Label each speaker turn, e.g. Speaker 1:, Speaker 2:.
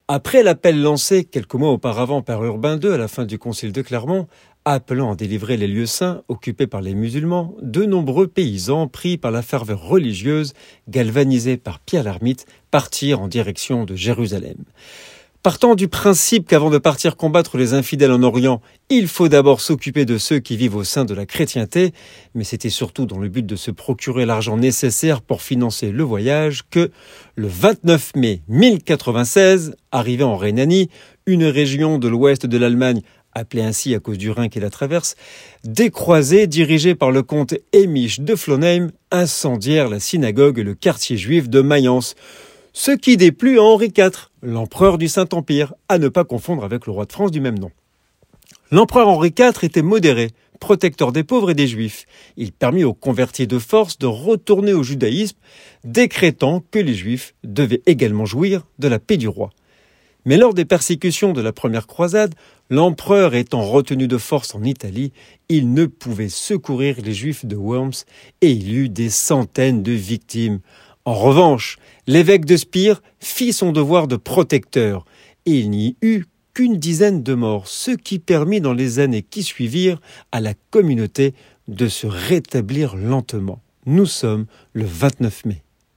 Speaker 1: Après l'appel lancé quelques mois auparavant par Urbain II à la fin du concile de Clermont, appelant à délivrer les lieux saints occupés par les musulmans, de nombreux paysans, pris par la ferveur religieuse, galvanisés par Pierre l'Ermite, partirent en direction de Jérusalem. Partant du principe qu'avant de partir combattre les infidèles en Orient, il faut d'abord s'occuper de ceux qui vivent au sein de la chrétienté, mais c'était surtout dans le but de se procurer l'argent nécessaire pour financer le voyage que, le 29 mai 1096, arrivé en Rhénanie, une région de l'ouest de l'Allemagne, appelée ainsi à cause du Rhin qui la traverse, des croisés dirigés par le comte Émich de Flonheim incendièrent la synagogue et le quartier juif de Mayence, ce qui déplut à Henri IV, l'empereur du Saint-Empire, à ne pas confondre avec le roi de France du même nom. L'empereur Henri IV était modéré, protecteur des pauvres et des juifs. Il permit aux convertis de force de retourner au judaïsme, décrétant que les juifs devaient également jouir de la paix du roi. Mais lors des persécutions de la première croisade, l'empereur étant retenu de force en Italie, il ne pouvait secourir les juifs de Worms et il eut des centaines de victimes. En revanche, l'évêque de Spire fit son devoir de protecteur et il n'y eut qu'une dizaine de morts, ce qui permit dans les années qui suivirent à la communauté de se rétablir lentement. Nous sommes le 29 mai.